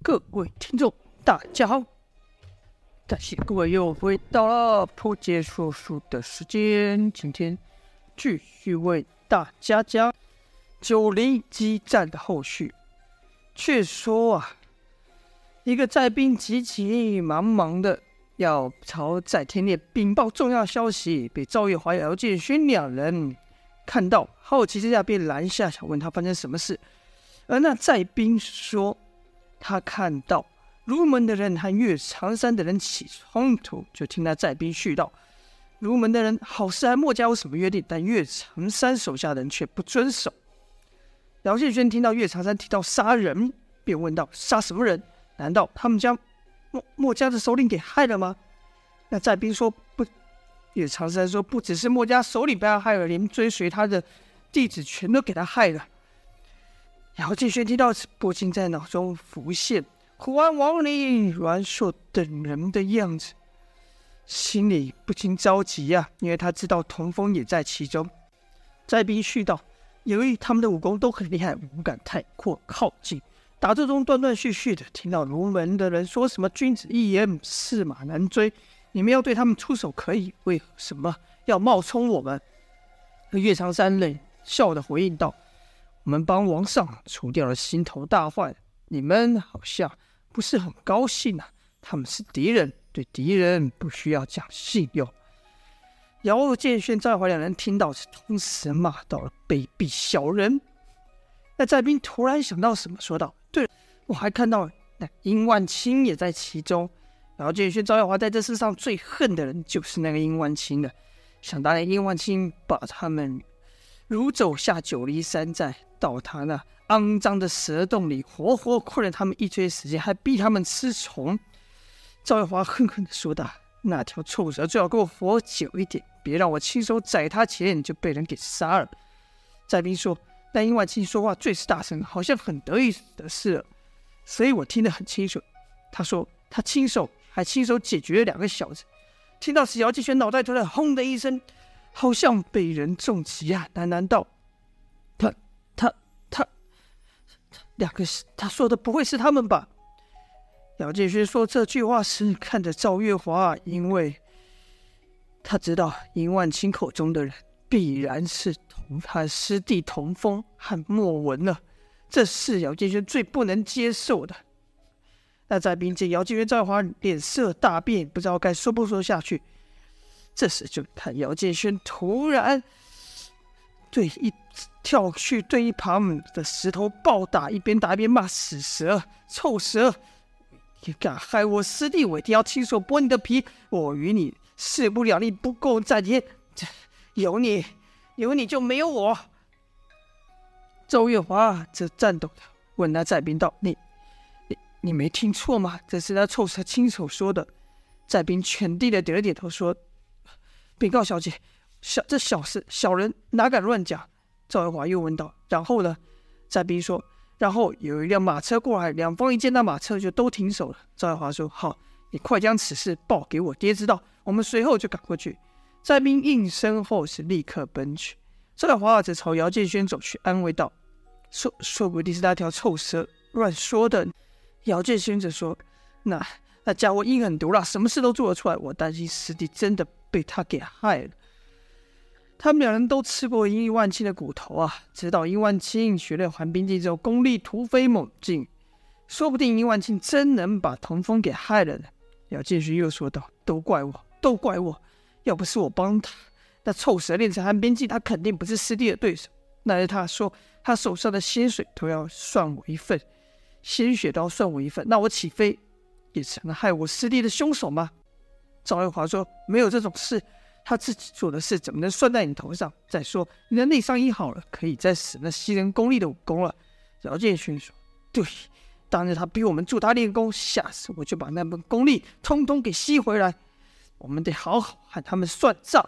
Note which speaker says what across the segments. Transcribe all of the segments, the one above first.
Speaker 1: 各位听众，大家好！感谢各位又回到了破解说书的时间。今天继续为大家讲90激战的后续。却说啊，一个在兵急急忙忙的要朝载天烈禀报重要消息，被赵月华、姚建勋两人看到，好奇之下便拦下，想问他发生什么事。而那载兵说，他看到如门的人和岳长山的人起冲突，就听那载兵絮道：如门的人好似和墨家有什么约定，但岳长山手下的人却不遵守。姚建轩听到岳长山提到杀人，便问道：杀什么人？难道他们将墨家的首领给害了吗？那载兵说不，岳长山说不只是墨家首领被他害了，连追随他的弟子全都给他害了。姚建轩听到此，不禁在脑中浮现胡安、王林、阮硕等人的样子，心里不禁着急啊，因为他知道童风也在其中。载兵絮道：由于他们的武功都很厉害，不敢太过靠近。打斗中断断续续的听到如门的人说什么君子一言，驷马难追，你们要对他们出手可以，为什么要冒充我们？岳长山冷笑的回应道：我们帮王上除掉了心头大患，你们好像不是很高兴啊。他们是敌人，对敌人不需要讲信用。姚建轩、赵怀两人听到是同时骂到了卑鄙小人。那载兵突然想到什么，说道：对了，我还看到那殷万清也在其中。姚建轩、赵耀华在这世上最恨的人就是那个殷万清了。想当年殷万清把他们掳走下九黎山寨，到他那肮脏的蛇洞里，活活困了他们一堆时间，还逼他们吃虫。赵月华恨恨地说道：那条臭蛇最好给我活久一点，别让我亲手宰他前就被人给杀了。载兵说：但殷万清说话最是大声，好像很得意的事了，所以我听得很清楚。他说他亲手解决了2个小子。听到时，姚继轩脑袋突然轰的一声，好像被人重击啊，喃喃道：2个，他说的不会是他们吧？姚建轩说这句话时看着赵月华，因为他知道殷万清口中的人必然是他师弟童风和莫文了，这是姚建轩最不能接受的。那在兵见姚建轩、赵月华脸色大变，不知道该说不说下去。这时就看姚建轩突然跳去对一旁的石头暴打，一边打一边骂：死蛇、臭蛇，你敢害我师弟，我一定要亲手剥你的皮，我与你势不两立，不共戴天，有你就没有我。周月华则颤抖的问那载兵道：你没听错吗？这是那臭蛇亲手说的。载兵全地的点了点头说：禀告小姐，这小人哪敢乱讲。赵月华又问道：然后呢？载兵说：然后有一辆马车过来，两方一见那马车就都停手了。赵月华说：好，你快将此事报给我爹知道，我们随后就赶过去。载兵应声后是立刻奔去。赵月华则朝姚建轩走去，安慰道：说不定是那条臭蛇乱说的。姚建轩则说：那家伙阴狠毒辣，什么事都做得出来，我担心师弟真的被他给害了。他们两人都吃过殷万清的骨头啊，知道殷万清学了寒冰计之后功力突飞猛进，说不定殷万清真能把童风给害了呢。姚建勋又说道：都怪我，要不是我帮他，那臭蛇练成寒冰计，他肯定不是师弟的对手。那是他说他手上的鲜水都要算我一份，鲜血都要算我一份，那我岂非也成了害我师弟的凶手吗？赵月华说：没有这种事，他自己做的事怎么能算在你头上？再说你的内伤医好了，可以再使那吸人功力的武功了。姚建勋说：对，当日他逼我们助他练功，下次我就把那本功力通通给吸回来，我们得好好和他们算账。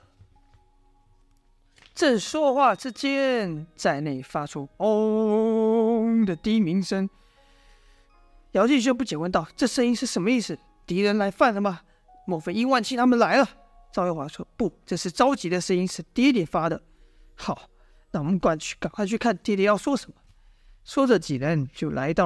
Speaker 1: 正说话之间，在内发出嗡的低鸣声。姚建轩不解问道：这声音是什么意思？敌人来犯了吗？莫非殷万清他们来了？赵月华说：不，这是着急的声音，是爹爹发的。好，那我们赶快去看爹爹要说什么。说着几人就来到了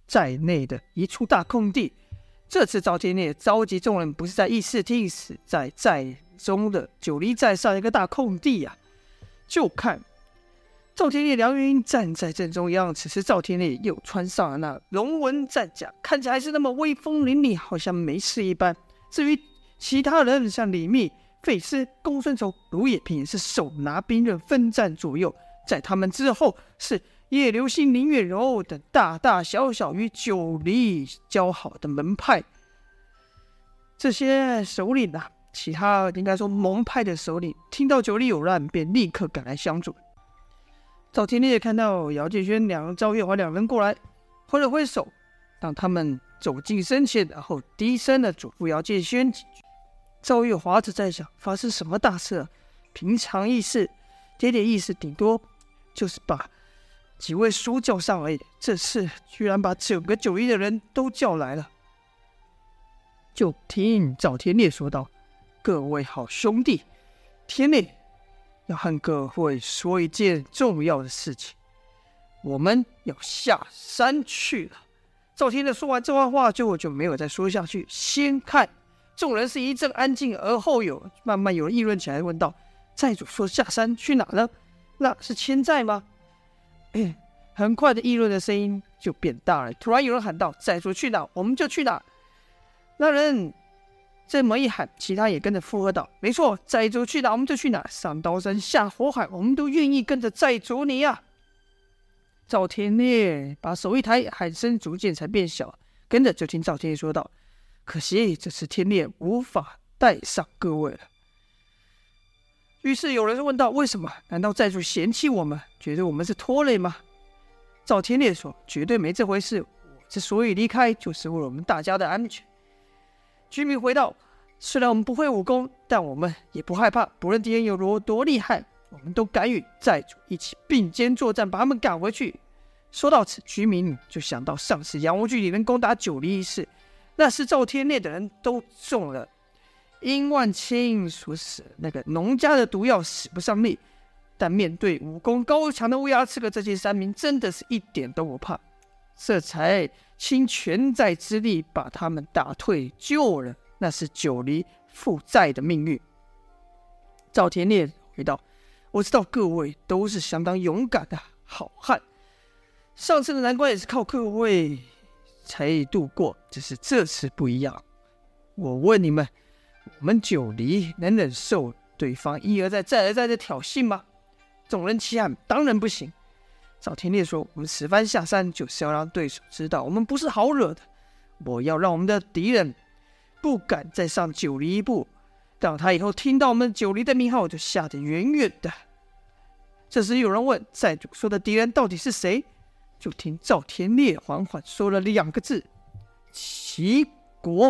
Speaker 1: 在内的一处大空地。这次赵天烈召集众人，不是在议事厅，是在寨中的九黎寨上一个大空地啊。就看赵天烈、梁元英站在正中央，此时赵天烈又穿上了那龙纹战甲，看起来还是那么威风凛凛，好像没事一般。至于其他人，像李密、费斯、公孙仇、卢也平也是手拿兵刃分站左右，在他们之后是叶流星、林月柔等大大小小与九黎交好的门派。这些首领啊，其他应该说盟派的首领，听到九黎有乱，便立刻赶来相助。赵天烈看到姚建轩、赵月华两人过来，挥了挥手，让他们走近身前，然后低声的嘱咐姚建轩几句。赵月华则在想，发生什么大事啊？平常议事、点点意思，顶多就是把几位叔叫上而已，这次居然把整个九黎的人都叫来了。就听赵天烈说道：“各位好兄弟，天烈要和各位说一件重要的事情，我们要下山去了。”赵天烈说完这番话就没有再说下去。先看众人是一阵安静，而后慢慢有人议论起来，问道：“寨主说下山去哪呢？那是迁寨吗？”很快的议论的声音就变大了。突然有人喊道：“寨主去哪，我们就去哪。”那人这么一喊，其他也跟着附和道：“没错，寨主去哪我们就去哪，上刀山下火海，我们都愿意跟着寨主你啊！”赵天烈把手一抬，喊声逐渐才变小，跟着就听赵天烈说道：“可惜这次天烈无法带上各位了。”于是有人问道：“为什么？难道寨主嫌弃我们，觉得我们是拖累吗？”赵天烈说：“绝对没这回事，我之所以离开，就是为了我们大家的安全。”居民回道：“虽然我们不会武功，但我们也不害怕，不论敌人有多厉害，我们都敢与寨主一起并肩作战，把他们赶回去。”说到此，居民就想到上次杨无惧里人攻打九黎一事，那时赵天烈的人都中了殷万清所使那个农家的毒药，使不上力，但面对武功高强的乌鸦刺客这些山民，真的是一点都不怕，这才倾全寨之力把他们打退，救了那是九黎负债的命运。赵天烈回道：“我知道各位都是相当勇敢的好汉，上次的难关也是靠各位才度过，只是这次不一样。我问你们，我们九黎能忍受对方一而再再而再的挑衅吗？”众人齐喊：“当然不行。”赵天烈说：“我们此番下山，就是要让对手知道我们不是好惹的。我要让我们的敌人不敢再上九黎一步，让他以后听到我们九黎的名号就吓得远远的。”这时有人问：“寨主说的敌人到底是谁？”就听赵天烈缓缓说了2个字：“齐国。”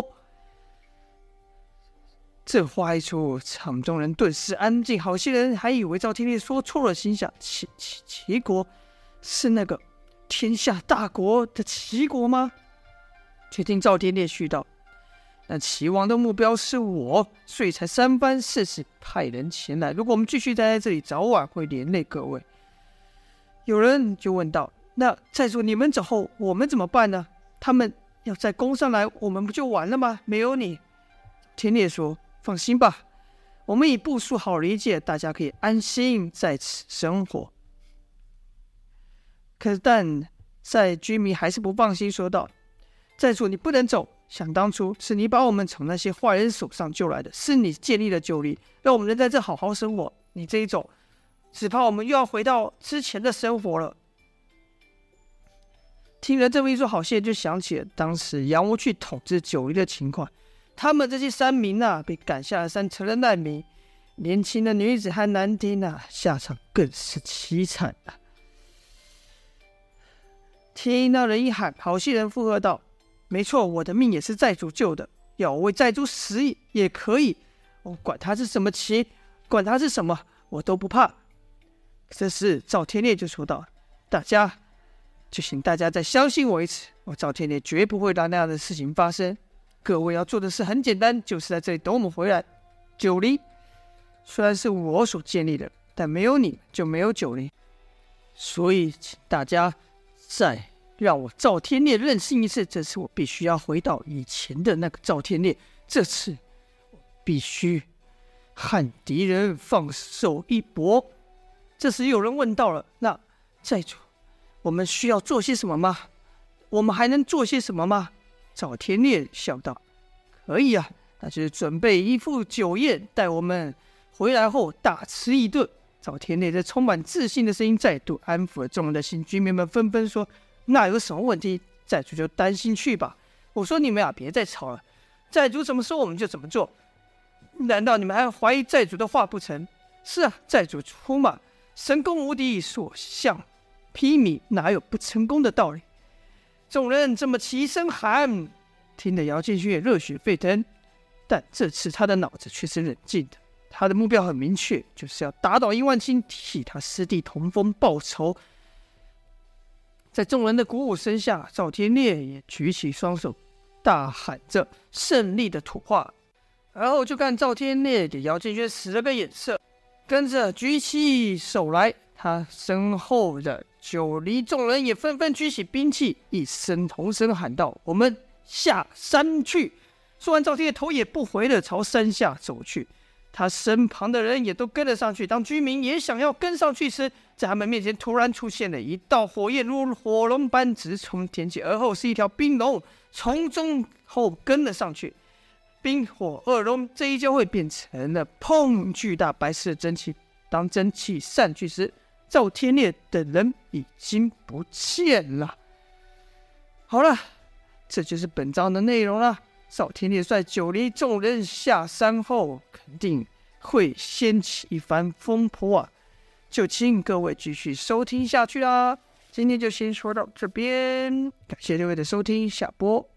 Speaker 1: 这话一出，场中人顿时安静，好些人还以为赵天烈说错了，心想：齐国是那个天下大国的齐国吗？却听赵天烈续道：“那齐王的目标是我，所以才3番4次派人前来。如果我们继续待在这里，早晚会连累各位。”有人就问道：“那寨主你们走后，我们怎么办呢？他们要再攻上来，我们不就完了吗？没有你。”天烈说：“放心吧，我们已部署好离界，大家可以安心在此生活。”但在居民还是不放心，说道：“寨主你不能走，想当初是你把我们从那些坏人手上救来的，是你建立了九黎，让我们能在这好好生活。你这一走，只怕我们又要回到之前的生活了。”听了这么一说，好些人就想起了当时杨无惧统治九黎的情况，他们这些山民啊，被赶下了山成了难民，年轻的女子和男丁啊，下场更是凄惨啊。听那人一喊，好些人附和道：“没错，我的命也是寨主救的，要我为寨主死也可以，我管他是什么旗，管他是什么，我都不怕。”这时赵天烈就说道：“就请大家再相信我一次，我赵天烈绝不会让那样的事情发生。各位要做的事很简单，就是在这里等我们回来。九黎虽然是我所建立的，但没有你就没有九黎，所以请大家再让我赵天烈任性一次，这次我必须要回到以前的那个赵天烈，这次我必须和敌人放手一搏。这时有人问到了，那寨主，我们需要做些什么吗？我们还能做些什么吗？赵天烈笑道，可以啊，那就是准备一副酒宴，待我们回来后大吃一顿。赵天烈这充满自信的声音再度安抚了众人的心，居民们纷纷说，那有什么问题？寨主就担心去吧。我说你们啊，别再吵了，寨主怎么说我们就怎么做。难道你们还怀疑寨主的话不成？是啊，寨主出马神功无敌，所向披靡，哪有不成功的道理？众人这么齐声喊，听得姚建勋也热血沸腾，但这次他的脑子却是冷静的。他的目标很明确，就是要打倒殷万青，替他师弟童风报仇。在众人的鼓舞声下，赵天烈也举起双手，大喊着胜利的土话。而后就看赵天烈给姚建轩使了个眼色，跟着举起手来。他身后的九黎众人也纷纷举起兵器，一声同声喊道：“我们下山去！”说完，赵天烈头也不回的朝山下走去。他身旁的人也都跟了上去。当居民也想要跟上去时，在他们面前突然出现了一道火焰，如火龙般直冲天际，而后是一条冰龙从中后跟了上去。冰火二龙这一交汇，变成了砰巨大白色的蒸汽。当蒸汽散去时，赵天烈等人已经不见了。好了，这就是本章的内容了。赵天烈率九黎众人下山后，肯定会掀起一番风波啊！就请各位继续收听下去啦。今天就先说到这边，感谢各位的收听，下播。